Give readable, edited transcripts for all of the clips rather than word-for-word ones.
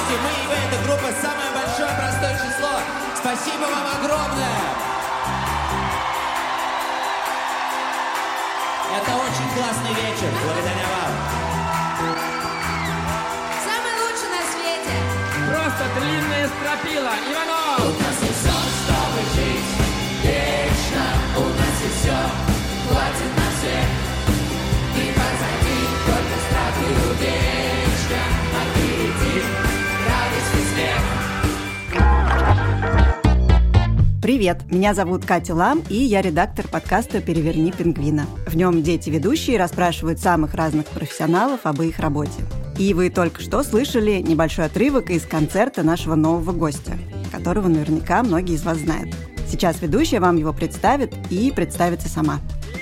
Здравствуйте, мы и вы, это группа «Самое большое простое число». Спасибо вам огромное. Это очень классный вечер. Благодаря вам. Самый лучший на свете. Просто длинная стропила. Иванов! У нас есть сон, чтобы жить вечно. У нас есть все, хватит на всех. И позади только страх и увечья. А впереди радость и смех. Привет, меня зовут Катя Лам, и я редактор подкаста «Переверни пингвина». В нем дети-ведущие расспрашивают самых разных профессионалов об их работе. И вы только что слышали небольшой отрывок из концерта нашего нового гостя, которого наверняка многие из вас знают. Сейчас ведущая вам его представит и представится сама.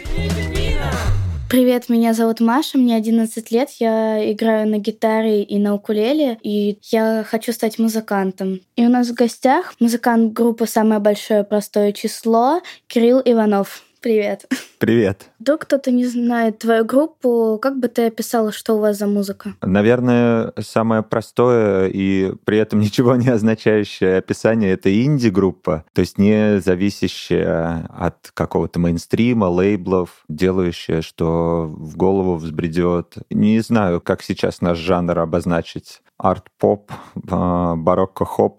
Привет, меня зовут Маша, мне 11 лет, я играю на гитаре и на укулеле, и я хочу стать музыкантом. И у нас в гостях музыкант группы «Самое большое простое число» Кирилл Иванов. Привет. Привет. Вдруг кто-то не знает твою группу, как бы ты описала, что у вас за музыка? Наверное, самое простое и при этом ничего не означающее описание — это инди-группа, то есть не зависящая от какого-то мейнстрима, лейблов, делающая, что в голову взбредет. Не знаю, как сейчас наш жанр обозначить. Арт-поп, барокко-хоп,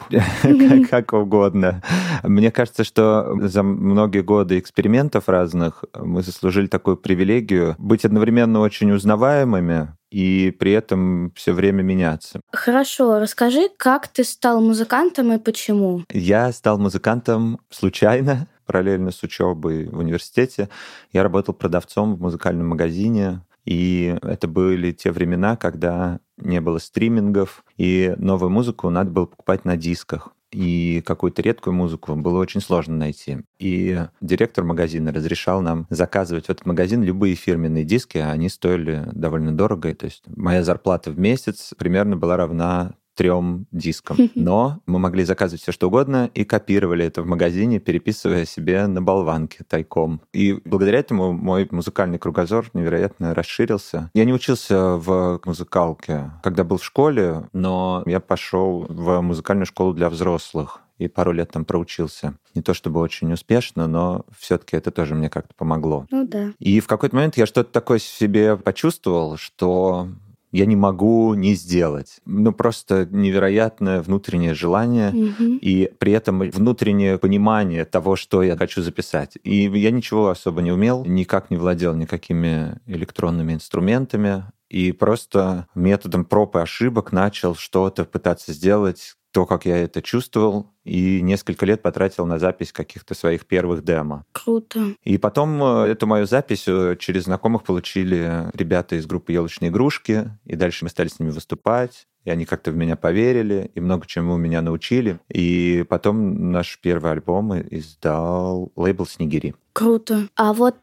как угодно. Мне кажется, что за многие годы экспериментов разных мы заслужили такую привилегию быть одновременно очень узнаваемыми и при этом все время меняться. Хорошо, расскажи, как ты стал музыкантом и почему? Я стал музыкантом случайно, параллельно с учебой в университете. Я работал продавцом в музыкальном магазине. И это были те времена, когда не было стримингов, и новую музыку надо было покупать на дисках. И какую-то редкую музыку было очень сложно найти. И директор магазина разрешал нам заказывать в этот магазин любые фирменные диски, а они стоили довольно дорого. То есть моя зарплата в месяц примерно была равна 3 дискам. Но мы могли заказывать все что угодно и копировали это в магазине, переписывая себе на болванке тайком. И благодаря этому мой музыкальный кругозор невероятно расширился. Я не учился в музыкалке, когда был в школе, но я пошел в музыкальную школу для взрослых и пару лет там проучился. Не то чтобы очень успешно, но все-таки это тоже мне как-то помогло. Ну да. И в какой-то момент я что-то такое в себе почувствовал, что я не могу не сделать. Просто невероятное внутреннее желание и при этом внутреннее понимание того, что я хочу записать. И я ничего особо не умел, никак не владел никакими электронными инструментами, и просто методом проб и ошибок начал что-то пытаться сделать, то, как я это чувствовал, и несколько лет потратил на запись каких-то своих первых демо. Круто. И потом эту мою запись через знакомых получили ребята из группы «Елочные игрушки», и дальше мы стали с ними выступать, и они как-то в меня поверили, и много чему меня научили. И потом наш первый альбом издал лейбл «Снегири». Круто. А вот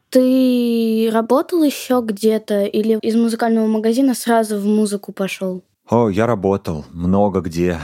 ты работал еще где-то или из музыкального магазина сразу в музыку пошел? Я работал много где.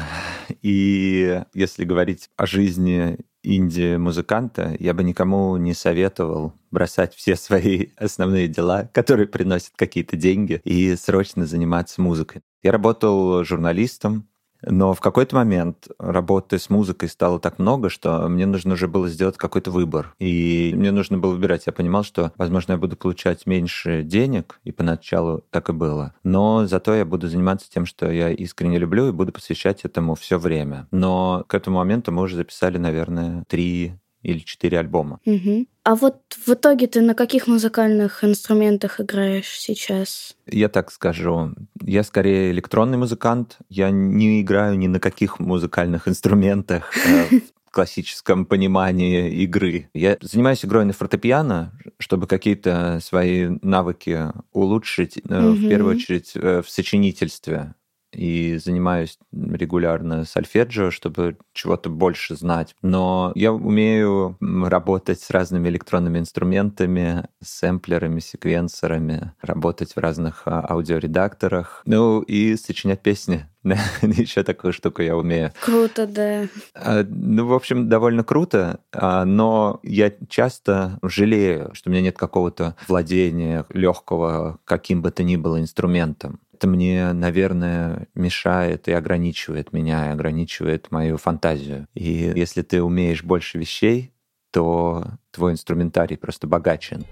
И если говорить о жизни инди-музыканта, я бы никому не советовал бросать все свои основные дела, которые приносят какие-то деньги, и срочно заниматься музыкой. Я работал журналистом, но в какой-то момент работы с музыкой стало так много, что мне нужно уже было сделать какой-то выбор. И мне нужно было выбирать. Я понимал, что, возможно, я буду получать меньше денег, и поначалу так и было. Но зато я буду заниматься тем, что я искренне люблю, и буду посвящать этому все время. Но к этому моменту мы уже записали, наверное, 3 или 4 альбома. А вот в итоге ты на каких музыкальных инструментах играешь сейчас? Я так скажу. Я скорее электронный музыкант. Я не играю ни на каких музыкальных инструментах в классическом понимании игры. Я занимаюсь игрой на фортепиано, чтобы какие-то свои навыки улучшить, в первую очередь в сочинительстве. И занимаюсь регулярно сольфеджио, чтобы чего-то больше знать. Но я умею работать с разными электронными инструментами, сэмплерами, секвенсорами, работать в разных аудиоредакторах, и сочинять песни. Еще такую штуку я умею. Круто, да. В общем, довольно круто, но я часто жалею, что у меня нет какого-то владения легкого каким бы то ни было инструментом. это мне, наверное, мешает и ограничивает меня, и ограничивает мою фантазию. И если ты умеешь больше вещей, то твой инструментарий просто богаче.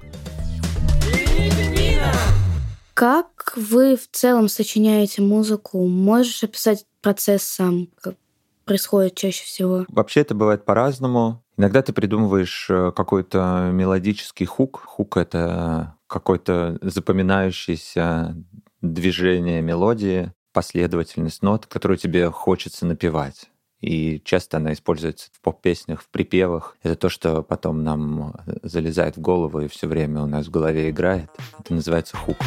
Как вы в целом сочиняете музыку? Можешь описать процесс сам, как происходит чаще всего? Вообще это бывает по-разному. Иногда ты придумываешь какой-то мелодический хук. Хук — это какое-то запоминающееся движение мелодии, последовательность нот, которую тебе хочется напевать. И часто она используется в поп-песнях, в припевах. Это то, что потом нам залезает в голову и все время у нас в голове играет. Это называется хуком.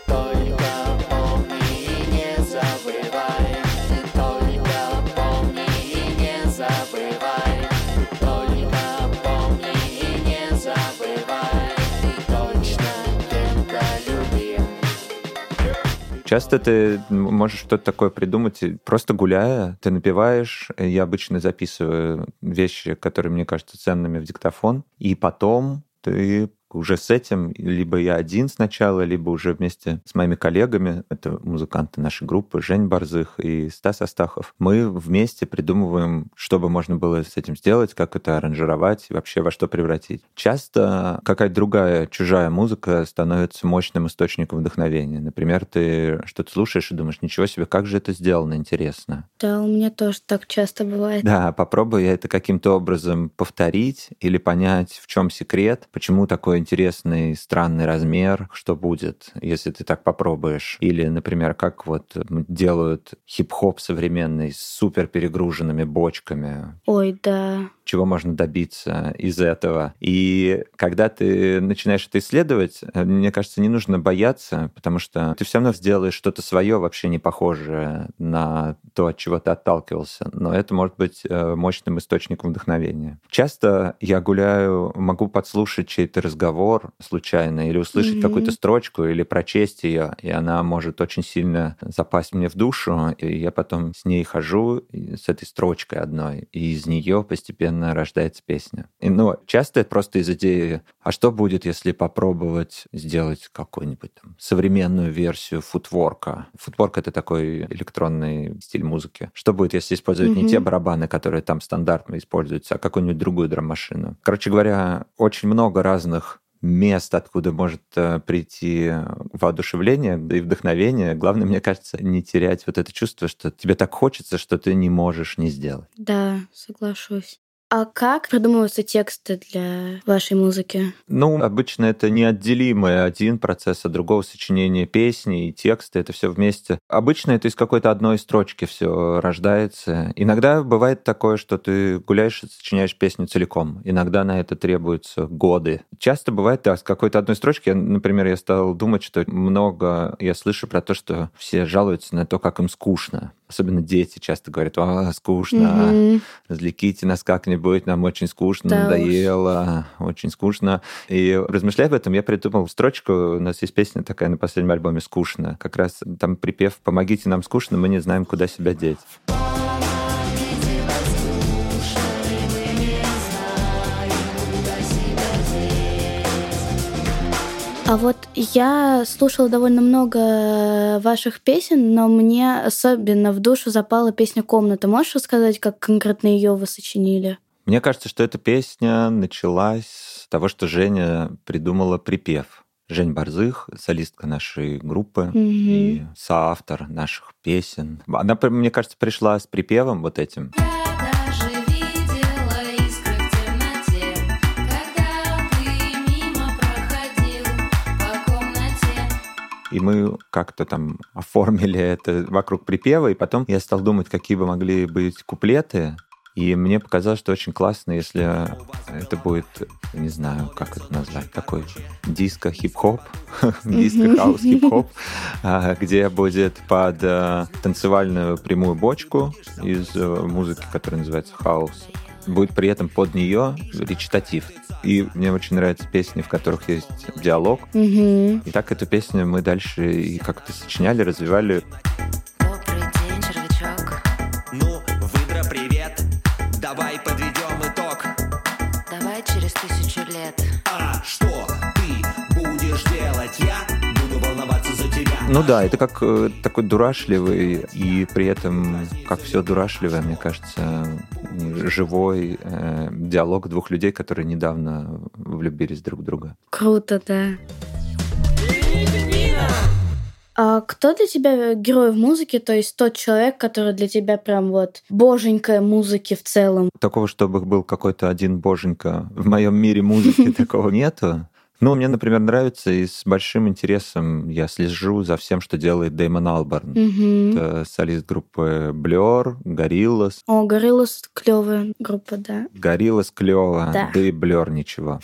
Часто ты можешь что-то такое придумать, просто гуляя, ты напеваешь. Я обычно записываю вещи, которые мне кажутся ценными, в диктофон, и потом ты уже с этим, либо я один сначала, либо уже вместе с моими коллегами, это музыканты нашей группы, Жень Борзых и Стас Астахов, мы вместе придумываем, что бы можно было с этим сделать, как это аранжировать и вообще во что превратить. Часто какая-то другая, чужая музыка становится мощным источником вдохновения. Например, ты что-то слушаешь и думаешь, ничего себе, как же это сделано, интересно. Да, у меня тоже так часто бывает. Да, попробуй это каким-то образом повторить или понять, в чем секрет, почему такой интересный, странный размер, что будет, если ты так попробуешь. Или, например, как вот делают хип-хоп современный с супер перегруженными бочками. Ой, да. Чего можно добиться из этого. И когда ты начинаешь это исследовать, мне кажется, не нужно бояться, потому что ты все равно сделаешь что-то свое, вообще не похожее на то, от чего ты отталкивался. Но это может быть мощным источником вдохновения. Часто я гуляю, могу подслушать чей-то разговор случайно или услышать какую-то строчку, или прочесть ее, и она может очень сильно запасть мне в душу, и я потом с ней хожу, с этой строчкой одной, и из нее постепенно рождается песня. Но часто это просто из идеи, а что будет, если попробовать сделать какую-нибудь там современную версию футворка? Футворк — это такой электронный стиль музыки. Что будет, если использовать не те барабаны, которые там стандартно используются, а какую-нибудь другую драм-машину? Короче говоря, очень много разных мест, откуда может прийти воодушевление и вдохновение. Главное, мне кажется, не терять вот это чувство, что тебе так хочется, что ты не можешь не сделать. Да, соглашусь. А как придумываются тексты для вашей музыки? Ну, обычно это неотделимый один процесс от другого, сочинения песни и текста, это все вместе. Обычно это из какой-то одной строчки все рождается. Иногда бывает такое, что ты гуляешь и сочиняешь песню целиком. Иногда на это требуются годы. Часто бывает, да, с какой-то одной строчки. Например, я стал думать, что много я слышу про то, что все жалуются на то, как им скучно. Особенно дети часто говорят: скучно, развлеките нас как-нибудь, нам очень скучно, да надоело, очень скучно. И размышляя об этом, я придумал строчку, у нас есть песня такая на последнем альбоме «Скучно». Как раз там припев «Помогите нам скучно, мы не знаем, куда себя деть». А вот я слушала довольно много ваших песен, но мне особенно в душу запала песня «Комната». Можешь рассказать, как конкретно ее вы сочинили? Мне кажется, что эта песня началась с того, что Женя придумала припев. Жень Борзых, солистка нашей группы и соавтор наших песен. Она, мне кажется, пришла с припевом вот этим. И мы как-то там оформили это вокруг припева, и потом я стал думать, какие бы могли быть куплеты. И мне показалось, что очень классно, если это будет, не знаю, как это назвать, такой диско-хип-хоп, диско-хаус-хип-хоп, где будет под танцевальную прямую бочку из музыки, которая называется хаус, будет при этом под нее речитатив. И мне очень нравятся песни, в которых есть диалог. И так эту песню мы дальше и как-то сочиняли, развивали. Добрый день, червячок. Ну, выдра, привет. Давай подведем итог. Давай через 1000 лет. А что ты будешь делать? Я буду волноваться за тебя. Ну да, это как такой дурашливый, и при этом, как все дурашливое, мне кажется, живой диалог двух людей, которые недавно влюбились друг в друга. Круто, да. А кто для тебя герой в музыке, то есть тот человек, который для тебя прям вот боженька музыки в целом? Такого, чтобы был какой-то один боженька в моем мире музыки, такого нету. Ну, мне, например, нравится, и с большим интересом я слежу за всем, что делает Дэймон Албарн. Это солист группы Blur, Gorillaz. О, Gorillaz — клевая группа, да. Gorillaz клево, Да. да и Blur ничего.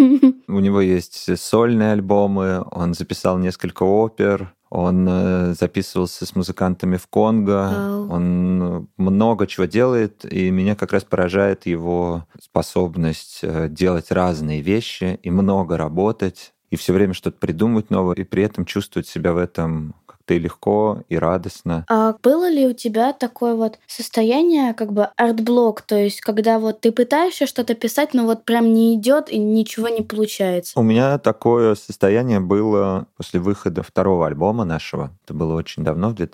У него есть сольные альбомы, он записал несколько опер, он записывался с музыкантами в Конго, он много чего делает, и меня как раз поражает его способность делать разные вещи и много работать, и все время что-то придумывать новое, и при этом чувствовать себя в этом как-то и легко, и радостно. А было ли у тебя такое вот состояние, как бы арт-блок, то есть когда вот ты пытаешься что-то писать, но вот прям не идет и ничего не получается? У меня такое состояние было после выхода второго альбома нашего. Это было очень давно, в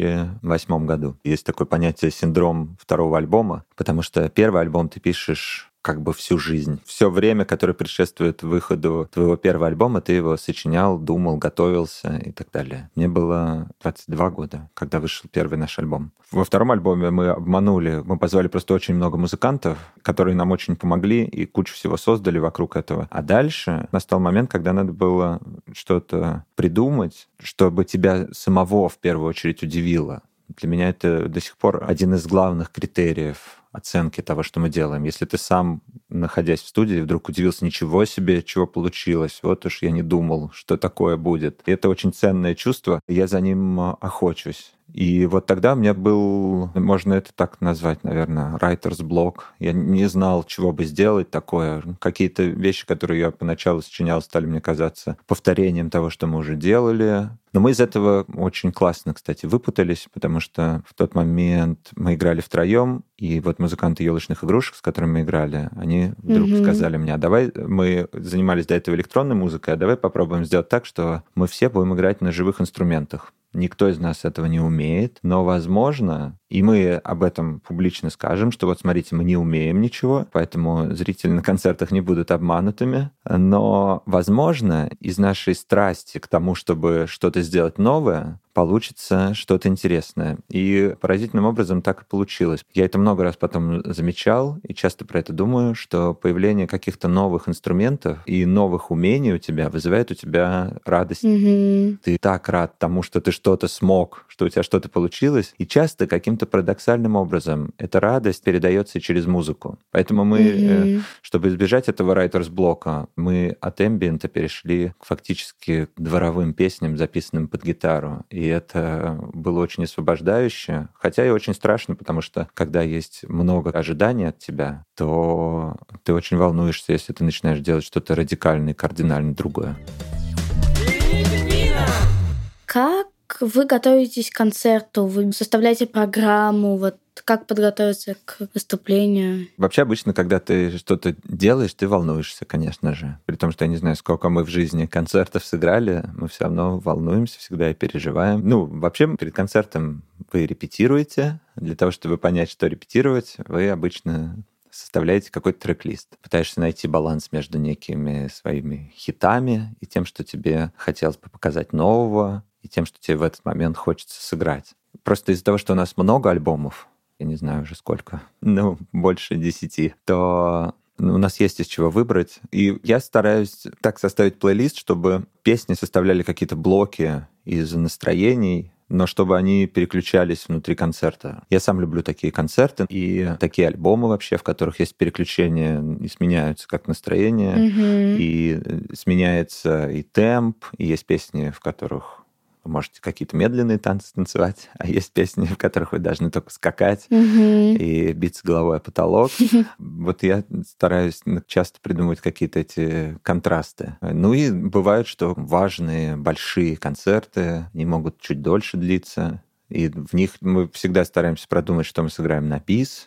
2008 году. Есть такое понятие синдром второго альбома, потому что первый альбом ты пишешь как бы всю жизнь. Все время, которое предшествует выходу твоего первого альбома, ты его сочинял, думал, готовился и так далее. Мне было 22 года, когда вышел первый наш альбом. Во втором альбоме мы позвали просто очень много музыкантов, которые нам очень помогли и кучу всего создали вокруг этого. А дальше настал момент, когда надо было что-то придумать, чтобы тебя самого в первую очередь удивило. Для меня это до сих пор один из главных критериев оценки того, что мы делаем. Если ты сам, находясь в студии, вдруг удивился, ничего себе, чего получилось, вот уж я не думал, что такое будет. И это очень ценное чувство, я за ним охочусь. И вот тогда у меня был, можно это так назвать, наверное, writer's block. Я не знал, чего бы сделать такое. Какие-то вещи, которые я поначалу сочинял, стали мне казаться повторением того, что мы уже делали. Но мы из этого очень классно, кстати, выпутались, потому что в тот момент мы играли втроем, и вот музыканты «Ёлочных игрушек», с которыми мы играли, они вдруг сказали мне: а давай, мы занимались до этого электронной музыкой, а давай попробуем сделать так, что мы все будем играть на живых инструментах. Никто из нас этого не умеет, но, возможно, и мы об этом публично скажем, что вот смотрите, мы не умеем ничего, поэтому зрители на концертах не будут обманутыми, но, возможно, из нашей страсти к тому, чтобы что-то сделать новое, получится что-то интересное. И поразительным образом так и получилось. Я это много раз потом замечал и часто про это думаю, что появление каких-то новых инструментов и новых умений у тебя вызывает у тебя радость. Ты так рад тому, что ты что-то смог, что у тебя что-то получилось. И часто каким-то парадоксальным образом эта радость передается через музыку. Поэтому мы, чтобы избежать этого writer's блока, мы от эмбиента перешли фактически к дворовым песням, записанным под гитару. И это было очень освобождающе, хотя и очень страшно, потому что когда есть много ожиданий от тебя, то ты очень волнуешься, если ты начинаешь делать что-то радикально и кардинально другое. Как вы готовитесь к концерту? Вы составляете программу? Вот как подготовиться к выступлению? Вообще обычно, когда ты что-то делаешь, ты волнуешься, конечно же. При том, что я не знаю, сколько мы в жизни концертов сыграли, мы все равно волнуемся всегда и переживаем. Ну, вообще, перед концертом вы репетируете. Для того, чтобы понять, что репетировать, вы обычно составляете какой-то трек-лист. Пытаешься найти баланс между некими своими хитами и тем, что тебе хотелось бы показать нового, и тем, что тебе в этот момент хочется сыграть. Просто из-за того, что у нас много альбомов, я не знаю уже сколько, больше 10, то у нас есть из чего выбрать. И я стараюсь так составить плейлист, чтобы песни составляли какие-то блоки из настроений, но чтобы они переключались внутри концерта. Я сам люблю такие концерты и такие альбомы вообще, в которых есть переключения и сменяются как настроение, и сменяется и темп, и есть песни, в которых вы можете какие-то медленные танцы танцевать, а есть песни, в которых вы должны только скакать и биться головой о потолок. Вот я стараюсь часто придумывать какие-то эти контрасты. Ну и бывает, что важные, большие концерты, они могут чуть дольше длиться, и в них мы всегда стараемся продумать, что мы сыграем на бис,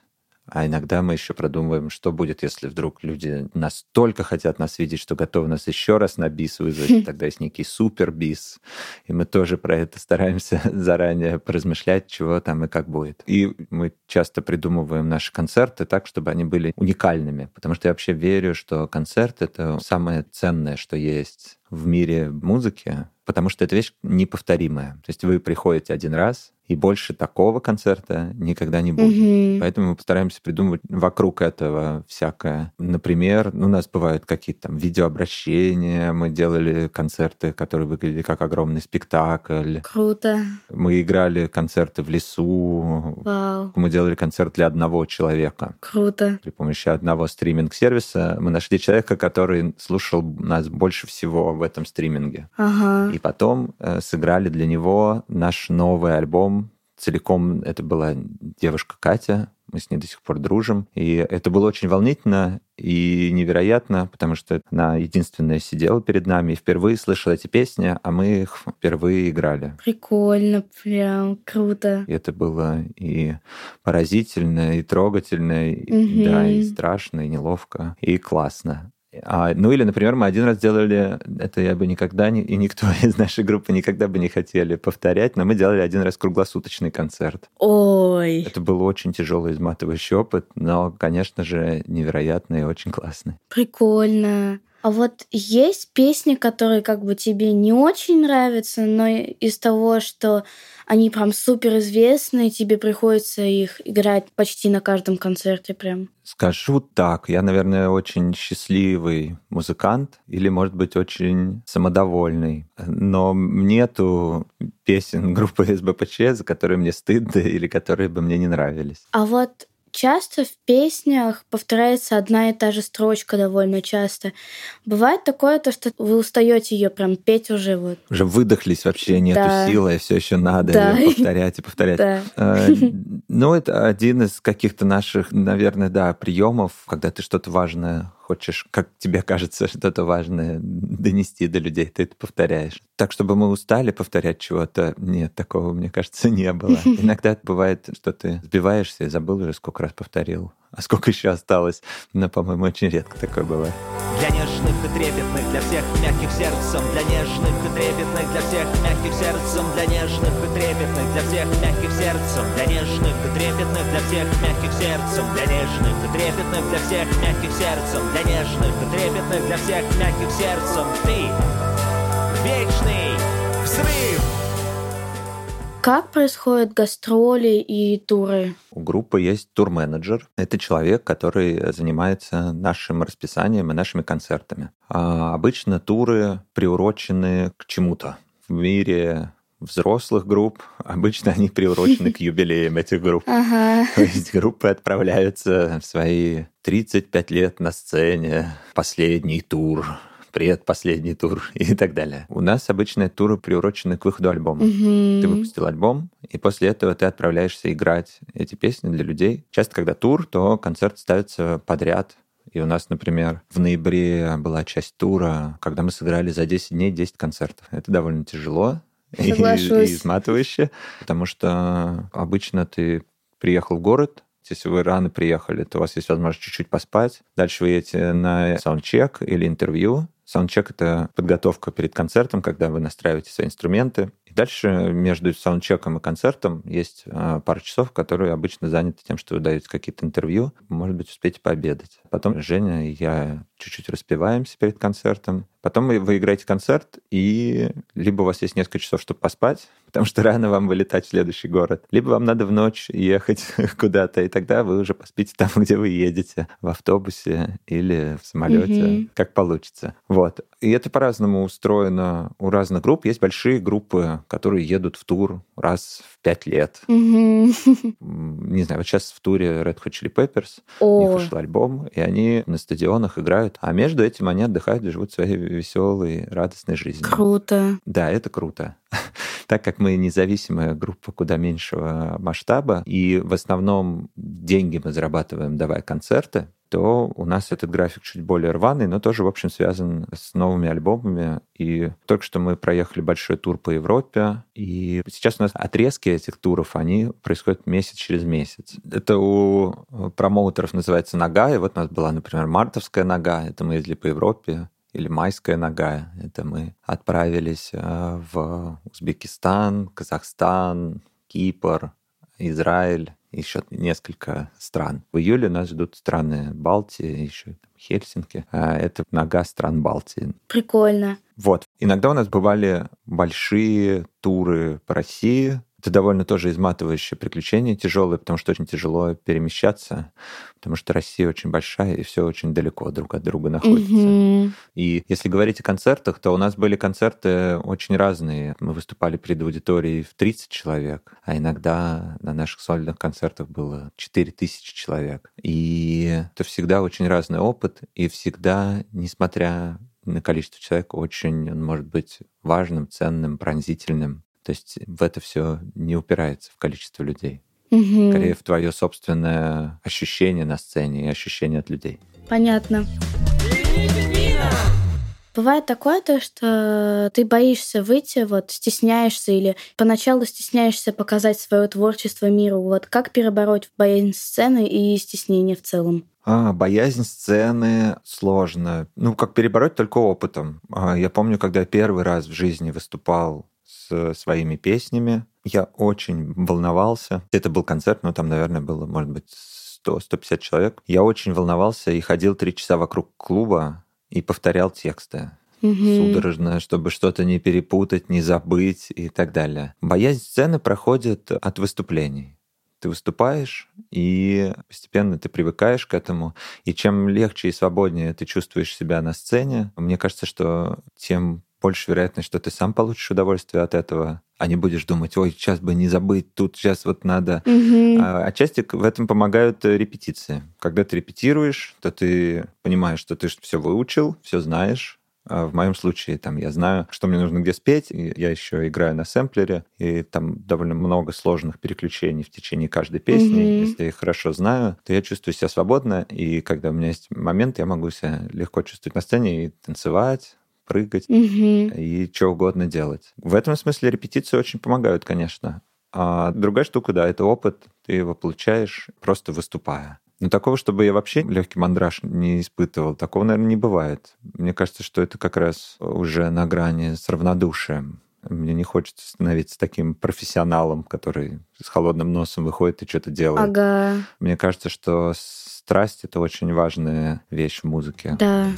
А иногда мы еще продумываем, что будет, если вдруг люди настолько хотят нас видеть, что готовы нас еще раз на бис вызвать. Тогда есть некий супер-бис. И мы тоже про это стараемся заранее поразмышлять, чего там и как будет. И мы часто придумываем наши концерты так, чтобы они были уникальными. Потому что я вообще верю, что концерт — это самое ценное, что есть в мире музыки, потому что эта вещь неповторимая. То есть вы приходите один раз, и больше такого концерта никогда не будет. Поэтому мы постараемся придумывать вокруг этого всякое. Например, у нас бывают какие-то там видеообращения, мы делали концерты, которые выглядели как огромный спектакль. Круто. Мы играли концерты в лесу. Вау. Мы делали концерт для одного человека. Круто. При помощи одного стриминг-сервиса мы нашли человека, который слушал нас больше всего в этом стриминге. Ага. И потом сыграли для него наш новый альбом. Целиком это была девушка Катя, мы с ней до сих пор дружим. И это было очень волнительно и невероятно, потому что она единственная сидела перед нами и впервые слышала эти песни, а мы их впервые играли. Прикольно, прям круто. И это было и поразительно, и трогательно, да, и страшно, и неловко, и классно. Ну или, например, мы один раз делали, это я бы никогда и никто из нашей группы никогда бы не хотели повторять, но мы делали один раз круглосуточный концерт. Ой. Это был очень тяжелый, изматывающий опыт, но, конечно же, невероятный и очень классный. Прикольно. А вот есть песни, которые как бы тебе не очень нравятся, но из того, что они прям суперизвестные, тебе приходится их играть почти на каждом концерте прям? Скажу так, я, наверное, очень счастливый музыкант или, может быть, очень самодовольный. Но нету песен группы СБПЧ, за которые мне стыдно или которые бы мне не нравились. А вот часто в песнях повторяется одна и та же строчка довольно часто. Бывает такое, то, что вы устаете ее прям петь уже вот. Уже выдохлись, вообще нету силы, и все еще надо её повторять и повторять. Да. Ну, это один из каких-то наших, наверное, да, приемов, когда ты что-то важное хочешь, как тебе кажется, что-то важное донести до людей, ты это повторяешь. Так, чтобы мы устали повторять чего-то, нет, такого, мне кажется, не было. Иногда бывает, что ты сбиваешься и забыл уже, сколько раз повторил. А сколько еще осталось? Но, по-моему, очень редко такое бывает. Для нежных и трепетных, для всех мягких сердцем, для нежных и трепетных, для всех мягких сердцем, для нежных и трепетных, для всех мягких сердцем, для нежных и трепетных, для всех мягких сердцем, для нежных и трепетных, для всех мягких сердцем, для нежных и трепетных, для всех мягких сердцем. Ты вечный взрыв. Как происходят гастроли и туры? У группы есть турменеджер. Это человек, который занимается нашим расписанием и нашими концертами. А обычно туры приурочены к чему-то. В мире взрослых групп обычно они приурочены к юбилеям этих групп. Ага. То есть группы отправляются в свои 35 лет на сцене, последний тур, предпоследний тур и так далее. У нас обычно туры приурочены к выходу альбома. Ты выпустил альбом, и после этого ты отправляешься играть эти песни для людей. Часто, когда тур, то концерт ставится подряд. И у нас, например, в ноябре была часть тура, когда мы сыграли за 10 дней 10 концертов. Это довольно тяжело и изматывающе, потому что обычно ты приехал в город, если вы рано приехали, то у вас есть возможность чуть-чуть поспать. Дальше вы едете на саундчек или интервью. Саундчек — это подготовка перед концертом, когда вы настраиваете свои инструменты. И дальше между саундчеком и концертом есть пара часов, которые обычно заняты тем, что вы даете какие-то интервью. Может быть, успеете пообедать. Потом Женя и я чуть-чуть распеваемся перед концертом. Потом вы играете концерт, и либо у вас есть несколько часов, чтобы поспать, потому что рано вам вылетать в следующий город, либо вам надо в ночь ехать куда-то, и тогда вы уже поспите там, где вы едете, в автобусе или в самолете, как получится. Вот. И это по-разному устроено у разных групп. Есть большие группы, которые едут в тур раз в 5 лет. Не знаю, вот сейчас в туре Red Hot Chili Peppers, у них вышел альбом, и они на стадионах играют, а между этим они отдыхают и живут своей веселой, радостной жизнью. Круто. Да, это круто. Так как мы независимая группа куда меньшего масштаба, и в основном деньги мы зарабатываем, давая концерты, то у нас этот график чуть более рваный, но тоже, в общем, связан с новыми альбомами. И только что мы проехали большой тур по Европе, и сейчас у нас отрезки этих туров, они происходят месяц через месяц. Это у промоутеров называется «Нога», и вот у нас была, например, мартовская «Нога», это мы ездили по Европе, или майская «Нога», это мы отправились в Узбекистан, Казахстан, Кипр, Израиль, еще несколько стран. В июле нас ждут страны Балтии, еще Хельсинки. Это «Нога» стран Балтии. Прикольно. Вот. Иногда у нас бывали большие туры по России. Это довольно тоже изматывающее приключение, тяжелое, потому что очень тяжело перемещаться, потому что Россия очень большая, и все очень далеко друг от друга находится. И если говорить о концертах, то у нас были концерты очень разные. Мы выступали перед аудиторией в 30 человек, а иногда на наших сольных концертах было 4000 человек. И это всегда очень разный опыт, и всегда, несмотря на количество человек, очень он может быть важным, ценным, пронзительным. То есть в это все не упирается в количество людей. Скорее в твое собственное ощущение на сцене и ощущение от людей. Понятно. Бывает такое, то, что ты боишься выйти, вот стесняешься или поначалу стесняешься показать свое творчество миру. Вот как перебороть боязнь сцены и стеснение в целом? Боязнь сцены сложно. Как перебороть, только опытом. Я помню, когда я первый раз в жизни выступал с своими песнями, я очень волновался. Это был концерт, там, наверное, было, может быть, 100-150 человек. Я очень волновался и ходил 3 часа вокруг клуба и повторял тексты. Судорожно, чтобы что-то не перепутать, не забыть и так далее. Боязнь сцены проходит от выступлений. Ты выступаешь, и постепенно ты привыкаешь к этому. И чем легче и свободнее ты чувствуешь себя на сцене, мне кажется, что тем больше вероятность, что ты сам получишь удовольствие от этого, а не будешь думать, ой, сейчас бы не забыть, тут сейчас вот надо. Отчасти в этом помогают репетиции. Когда ты репетируешь, то ты понимаешь, что ты все выучил, все знаешь. В моем случае я знаю, что мне нужно где спеть. Я еще играю на сэмплере, и там довольно много сложных переключений в течение каждой песни. Если я их хорошо знаю, то я чувствую себя свободно, и когда у меня есть момент, я могу себя легко чувствовать на сцене и танцевать, прыгать и что угодно делать. В этом смысле репетиции очень помогают, конечно. А другая штука, да, это опыт, ты его получаешь просто выступая. Но такого, чтобы я вообще легкий мандраж не испытывал, такого, наверное, не бывает. Мне кажется, что это как раз уже на грани с равнодушием. Мне не хочется становиться таким профессионалом, который с холодным носом выходит и что-то делает. Ага. Мне кажется, что страсть — это очень важная вещь в музыке. Да.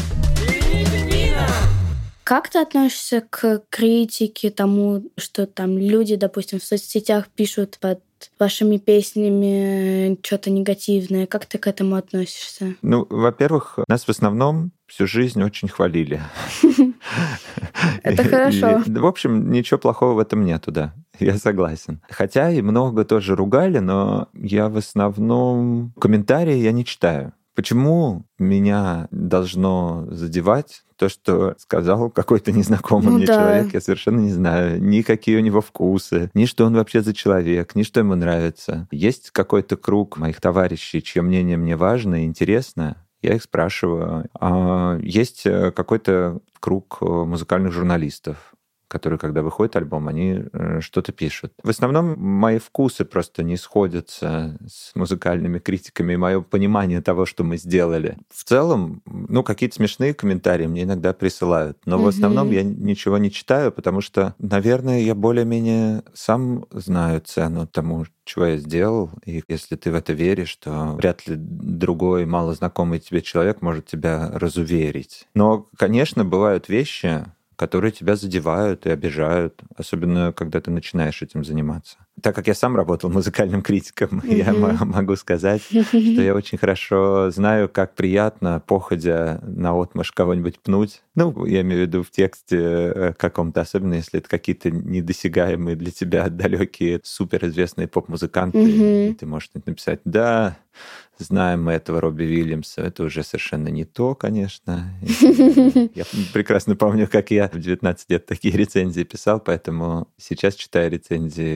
Как ты относишься к критике, тому, что там люди, допустим, в соцсетях пишут под вашими песнями что-то негативное? Как ты к этому относишься? Во-первых, нас в основном всю жизнь очень хвалили. Это хорошо. В общем, ничего плохого в этом нету, да. Я согласен. Хотя и много тоже ругали, но я в основном комментарии я не читаю. Почему меня должно задевать то, что сказал какой-то незнакомый мне человек? Я совершенно не знаю ни какие у него вкусы, ни что он вообще за человек, ни что ему нравится. Есть какой-то круг моих товарищей, чье мнение мне важно и интересно. Я их спрашиваю. Есть какой-то круг музыкальных журналистов, которые, когда выходит альбом, они что-то пишут. В основном мои вкусы просто не сходятся с музыкальными критиками и мое понимание того, что мы сделали. В целом, какие-то смешные комментарии мне иногда присылают, но в основном я ничего не читаю, потому что, наверное, я более-менее сам знаю цену тому, чего я сделал, и если ты в это веришь, то вряд ли другой малознакомый тебе человек может тебя разуверить. Но, конечно, бывают вещи, которые тебя задевают и обижают, особенно когда ты начинаешь этим заниматься. Так как я сам работал музыкальным критиком, я могу сказать, что я очень хорошо знаю, как приятно, походя наотмашь кого-нибудь пнуть. Я имею в виду в тексте каком-то, особенно если это какие-то недосягаемые для тебя далекие суперизвестные поп-музыканты, и ты можешь написать «Да, знаем мы этого Робби Уильямса». Это уже совершенно не то, конечно. Я прекрасно помню, как я в 19 лет такие рецензии писал, поэтому сейчас, читая рецензии какие-то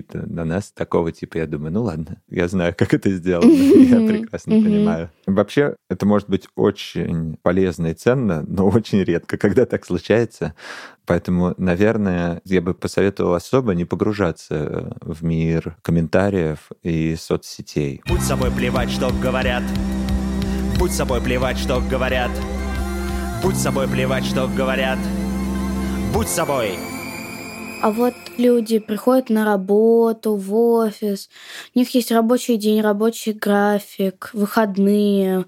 кричит на нас такого типа. Я думаю, ну ладно, я знаю, как это сделано, я прекрасно понимаю. Вообще, это может быть очень полезно и ценно, но очень редко, когда так случается. Поэтому, наверное, я бы посоветовал особо не погружаться в мир комментариев и соцсетей. Будь собой, плевать, что говорят. Будь собой, плевать, что говорят. Будь собой, плевать, что говорят. Будь собой. А вот люди приходят на работу, в офис, у них есть рабочий день, рабочий график, выходные,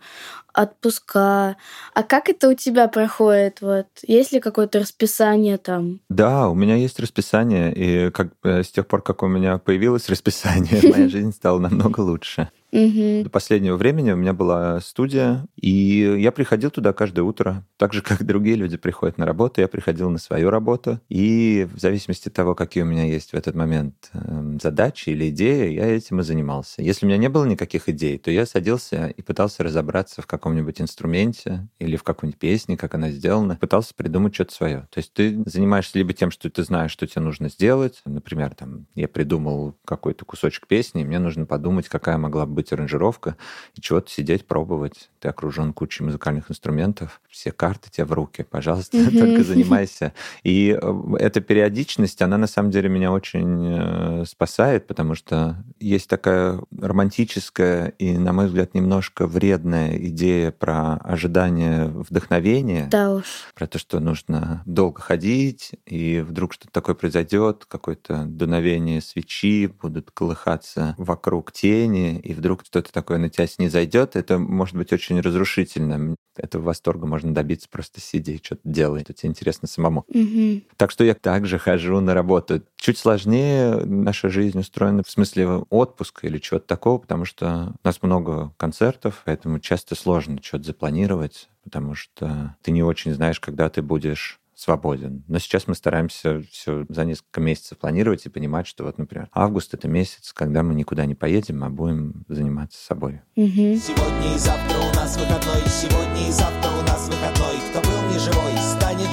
отпуска. А как это у тебя проходит? Вот есть ли какое-то расписание там? Да, у меня есть расписание, и с тех пор, как у меня появилось расписание, моя жизнь стала намного лучше. До последнего времени у меня была студия, и я приходил туда каждое утро. Так же, как другие люди приходят на работу, я приходил на свою работу. И в зависимости от того, какие у меня есть в этот момент задачи или идеи, я этим и занимался. Если у меня не было никаких идей, то я садился и пытался разобраться в каком-нибудь инструменте или в какой-нибудь песне, как она сделана, пытался придумать что-то свое. То есть ты занимаешься либо тем, что ты знаешь, что тебе нужно сделать. Например, я придумал какой-то кусочек песни, и мне нужно подумать, какая могла бы быть аранжировка, и чего-то сидеть, пробовать. Ты окружен кучей музыкальных инструментов, все карты тебе в руки, пожалуйста, только занимайся. И эта периодичность, она на самом деле меня очень спасает, потому что есть такая романтическая и, на мой взгляд, немножко вредная идея про ожидание вдохновения. Да уж. Про то, что нужно долго ходить, и вдруг что-то такое произойдет, какое-то дуновение свечи, будут колыхаться вокруг тени, и вдруг что-то такое на тебя снизойдет. Это может быть очень разрушительно. Этого восторга можно добиться, просто сидя и что-то делая. Это тебе интересно самому. Так что я также хожу на работу. Чуть сложнее наша жизнь устроена в смысле отпуска или чего-то такого, потому что у нас много концертов, поэтому часто сложно что-то запланировать, потому что ты не очень знаешь, когда ты будешь свободен. Но сейчас мы стараемся все за несколько месяцев планировать и понимать, что вот, например, август — это месяц, когда мы никуда не поедем, а будем заниматься собой. Сегодня и завтра у нас выходной, сегодня и завтра у нас выходной. Кто был не живой, станет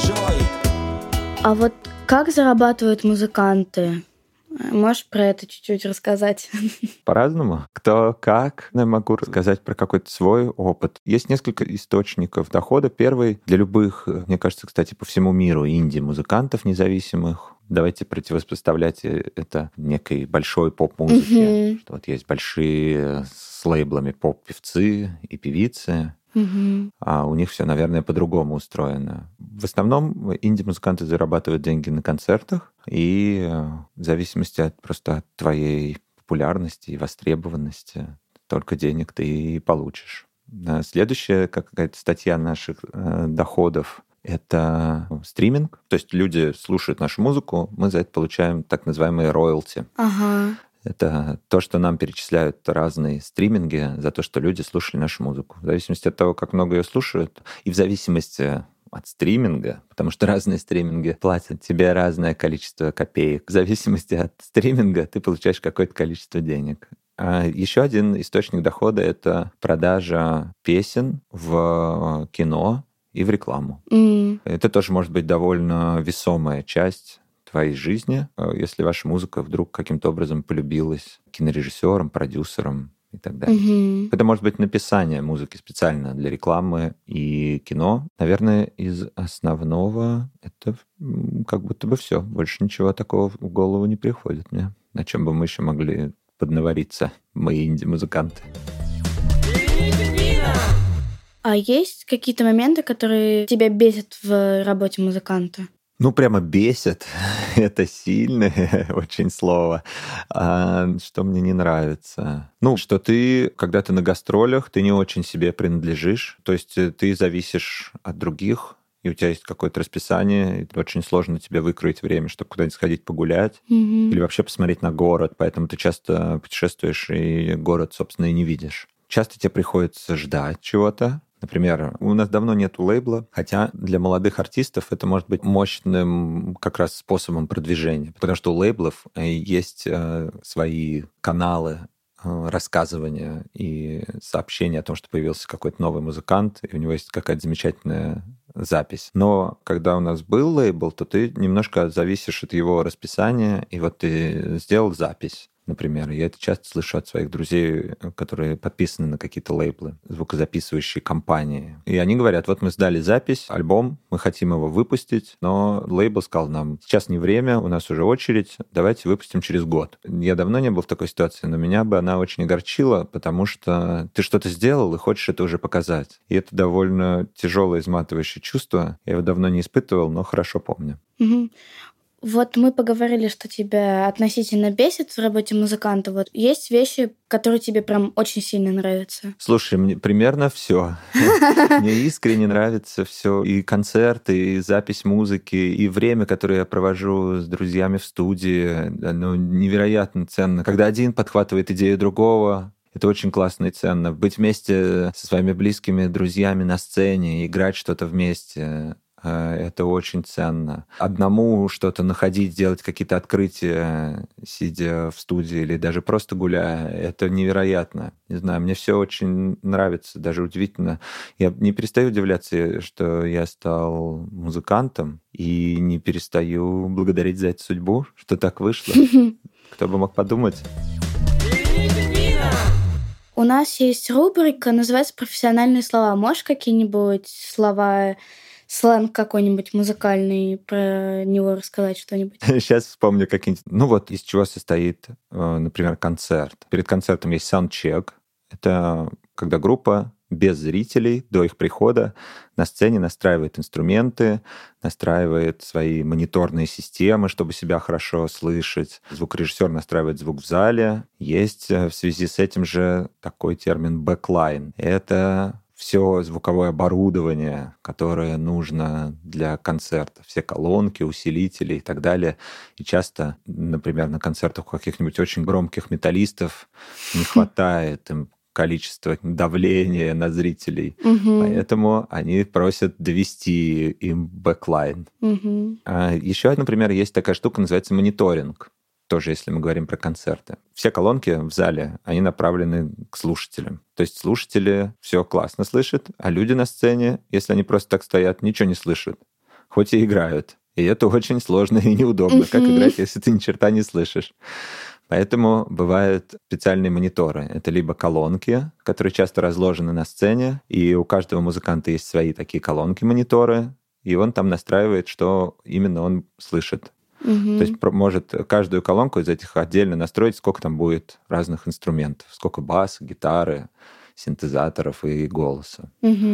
живой. А вот как зарабатывают музыканты? Можешь про это чуть-чуть рассказать? По-разному. Кто как. Я могу рассказать про какой-то свой опыт. Есть несколько источников дохода. Первый для любых, мне кажется, кстати, по всему миру инди-музыкантов независимых. Давайте противопоставлять это некой большой поп-музыке. Что вот есть большие с лейблами поп-певцы и певицы. А у них все, наверное, по-другому устроено. В основном инди-музыканты зарабатывают деньги на концертах, и в зависимости просто от твоей популярности и востребованности столько денег ты и получишь. Следующая какая-то статья наших доходов — это стриминг. То есть люди слушают нашу музыку, мы за это получаем так называемые роялти. Это то, что нам перечисляют разные стриминги за то, что люди слушали нашу музыку. В зависимости от того, как много ее слушают, и в зависимости от стриминга, потому что разные стриминги платят тебе разное количество копеек. В зависимости от стриминга ты получаешь какое-то количество денег. А еще один источник дохода — это продажа песен в кино и в рекламу. Это тоже может быть довольно весомая часть твоей жизни, если ваша музыка вдруг каким-то образом полюбилась кинорежиссерам, продюсерам и так далее. Это может быть написание музыки специально для рекламы и кино. Наверное, из основного это как будто бы все. Больше ничего такого в голову не приходит мне. На чем бы мы еще могли поднавариться, мы инди-музыканты. А есть какие-то моменты, которые тебя бесят в работе музыканта? Ну, прямо бесит. Это сильное очень слово. Что мне не нравится? Ну, что ты, когда ты на гастролях, ты не очень себе принадлежишь. То есть ты зависишь от других, и у тебя есть какое-то расписание, и очень сложно тебе выкроить время, чтобы куда-нибудь сходить погулять или вообще посмотреть на город. Поэтому ты часто путешествуешь, и город, собственно, и не видишь. Часто тебе приходится ждать чего-то. Например, у нас давно нету лейбла, хотя для молодых артистов это может быть мощным как раз способом продвижения, потому что у лейблов есть свои каналы рассказывания и сообщения о том, что появился какой-то новый музыкант, и у него есть какая-то замечательная запись. Но когда у нас был лейбл, то ты немножко зависишь от его расписания, и вот ты сделал запись. Например, я это часто слышу от своих друзей, которые подписаны на какие-то лейблы, звукозаписывающие компании. И они говорят, вот мы сдали запись, альбом, мы хотим его выпустить, но лейбл сказал нам, сейчас не время, у нас уже очередь, давайте выпустим через год. Я давно не был в такой ситуации, но меня бы она очень огорчила, потому что ты что-то сделал и хочешь это уже показать. И это довольно тяжелое, изматывающее чувство. Я его давно не испытывал, но хорошо помню. Вот мы поговорили, что тебя относительно бесит в работе музыканта. Вот есть вещи, которые тебе прям очень сильно нравятся? Слушай, мне примерно все. Мне искренне нравится все. И концерты, и запись музыки, и время, которое я провожу с друзьями в студии. Оно невероятно ценно. Когда один подхватывает идею другого, это очень классно и ценно. Быть вместе со своими близкими друзьями на сцене, играть что-то вместе — это очень ценно. Одному что-то находить, делать какие-то открытия, сидя в студии или даже просто гуляя, это невероятно. Не знаю, мне все очень нравится, даже удивительно. Я не перестаю удивляться, что я стал музыкантом, и не перестаю благодарить за эту судьбу, что так вышло. Кто бы мог подумать. У нас есть рубрика, называется «Профессиональные слова». Можешь какие-нибудь слова, сленг какой-нибудь музыкальный, про него рассказать что-нибудь? Сейчас вспомню какие-нибудь... Ну вот, из чего состоит, например, концерт. Перед концертом есть саундчек. Это когда группа без зрителей до их прихода на сцене настраивает инструменты, настраивает свои мониторные системы, чтобы себя хорошо слышать. Звукорежиссер настраивает звук в зале. Есть в связи с этим же такой термин «бэклайн». Это все звуковое оборудование, которое нужно для концерта, все колонки, усилители и так далее. И часто, например, на концертах у каких-нибудь очень громких металлистов не хватает им количества давления на зрителей. Поэтому они просят довести им бэклайн. Еще, например, есть такая штука, называется мониторинг. Тоже, если мы говорим про концерты. Все колонки в зале, они направлены к слушателям. То есть слушатели все классно слышат, а люди на сцене, если они просто так стоят, ничего не слышат, хоть и играют. И это очень сложно и неудобно. Как играть, если ты ни черта не слышишь? Поэтому бывают специальные мониторы. Это либо колонки, которые часто разложены на сцене, и у каждого музыканта есть свои такие колонки-мониторы, и он там настраивает, что именно он слышит. То есть может каждую колонку из этих отдельно настроить, сколько там будет разных инструментов, сколько баса, гитары, синтезаторов и голоса.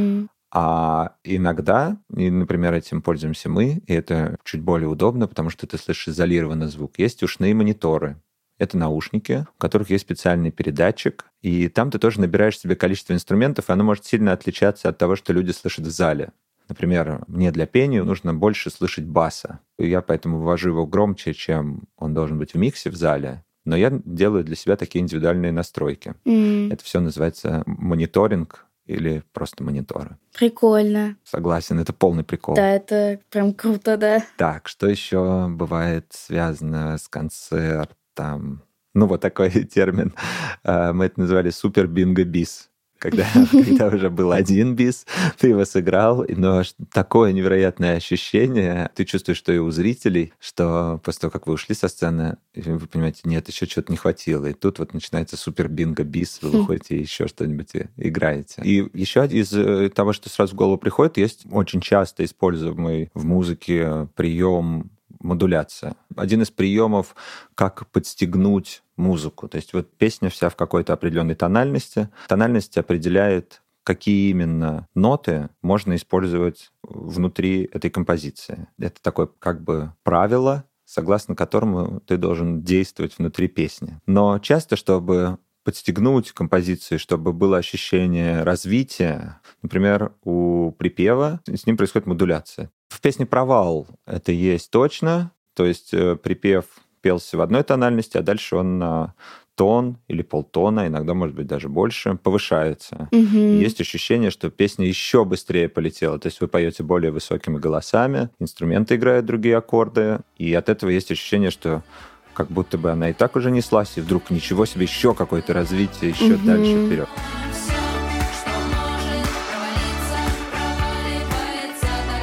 А иногда, и, например, этим пользуемся мы, и это чуть более удобно, потому что ты слышишь изолированный звук. Есть ушные мониторы. Это наушники, у которых есть специальный передатчик, и там ты тоже набираешь себе количество инструментов, и оно может сильно отличаться от того, что люди слышат в зале. Например, мне для пения нужно больше слышать баса. Я поэтому ввожу его громче, чем он должен быть в миксе в зале. Но я делаю для себя такие индивидуальные настройки. Это все называется мониторинг или просто мониторы. Прикольно. Согласен, это полный прикол. Да, это прям круто, да. Так, что еще бывает связано с концертом? Ну, вот такой термин. Мы это называли супер-бинго-бис. Когда уже был один бис, ты его сыграл, но такое невероятное ощущение, ты чувствуешь, что и у зрителей, что после того, как вы ушли со сцены, вы понимаете, нет, еще чего-то не хватило. И тут вот начинается супер-бинго-бис, вы выходите и еще что-нибудь играете. И еще из того, что сразу в голову приходит, есть очень часто используемый в музыке прием модуляция. Один из приемов, как подстегнуть музыку. То есть вот песня вся в какой-то определенной тональности. Тональность определяет, какие именно ноты можно использовать внутри этой композиции. Это такое как бы правило, согласно которому ты должен действовать внутри песни. Но часто, чтобы подстегнуть композицию, чтобы было ощущение развития, например, у припева с ним происходит модуляция. В песне «Провал» это есть точно, то есть припев пелся в одной тональности, а дальше он на тон или полтона, иногда, может быть, даже больше, повышается. Есть ощущение, что песня еще быстрее полетела, то есть вы поете более высокими голосами, инструменты играют другие аккорды, и от этого есть ощущение, что как будто бы она и так уже неслась, и вдруг ничего себе, еще какое-то развитие, еще дальше вперед. Что может провалиться, проваливается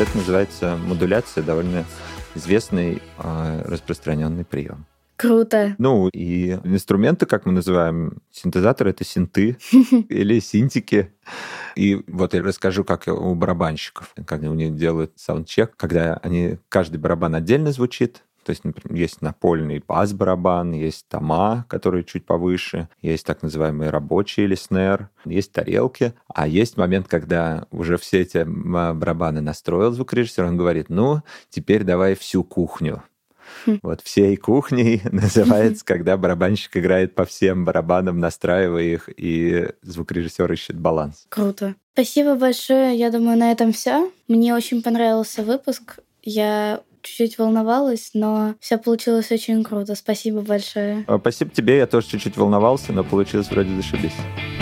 это называется модуляция, довольно известный распространенный прием. Круто. Ну, и инструменты, как мы называем, синтезаторы — это синты или синтики. И вот я расскажу, как у барабанщиков, когда у них делают саундчек, когда каждый барабан отдельно звучит. То есть, например, есть напольный бас-барабан, есть тома, которые чуть повыше, есть так называемые рабочие или снэр, есть тарелки. А есть момент, когда уже все эти барабаны настроил звукорежиссер, он говорит, теперь давай всю кухню. Вот всей кухней называется, когда барабанщик играет по всем барабанам, настраивая их, и звукорежиссер ищет баланс. Круто. Спасибо большое. Я думаю, на этом все. Мне очень понравился выпуск. Я чуть-чуть волновалась, но все получилось очень круто. Спасибо большое. Спасибо тебе. Я тоже чуть-чуть волновался, но получилось вроде зашибись.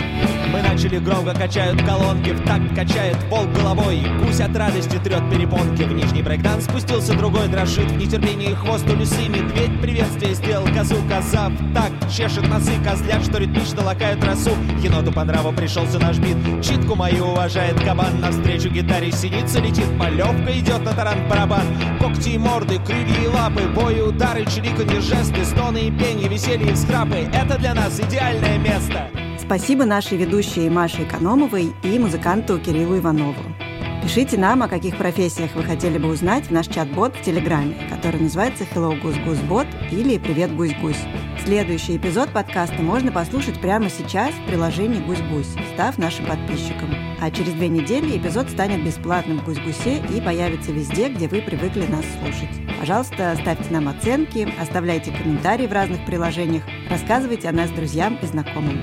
Мы начали громко, качают колонки, в такт качает пол головой. Гусь от радости трет перепонки. В нижний брейкданс спустился другой, дрожит в нетерпении хвост у лисы. Медведь приветствие сделал козу, коза в такт чешет носы. Козлят, что ритмично лакают росу. Еноту по нраву пришелся наш бит. Читку мою уважает кабан. Навстречу гитаре синица летит. Полевка идет на таран барабан. Когти и морды, крылья и лапы, бои, удары, чириканье, жесты, стоны и пенье, веселье и всхрапы. Это для нас идеальное место. Спасибо нашей ведущей Маше Экономовой и музыканту Кириллу Иванову. Пишите нам, о каких профессиях вы хотели бы узнать в наш чат-бот в Телеграме, который называется Hello Goose Goose Bot или Привет Гусь-Гусь. Следующий эпизод подкаста можно послушать прямо сейчас в приложении Гусь-Гусь, став нашим подписчиком. А через 2 недели эпизод станет бесплатным в Гусь-Гусе и появится везде, где вы привыкли нас слушать. Пожалуйста, ставьте нам оценки, оставляйте комментарии в разных приложениях, рассказывайте о нас друзьям и знакомым.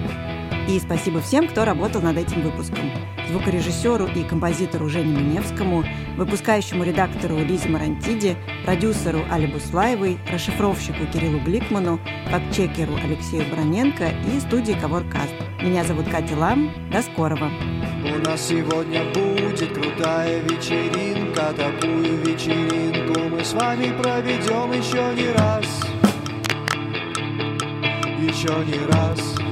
И спасибо всем, кто работал над этим выпуском. Звукорежиссеру и композитору Жене Миневскому, выпускающему редактору Лизе Марантиди, продюсеру Али Буслаевой, расшифровщику Кириллу Гликману, фактчекеру Алексею Броненко и студии Коворкаст. Меня зовут Катя Лам. До скорого. У нас сегодня будет крутая вечеринка. Такую вечеринку мы с вами проведем еще не раз. Еще не раз.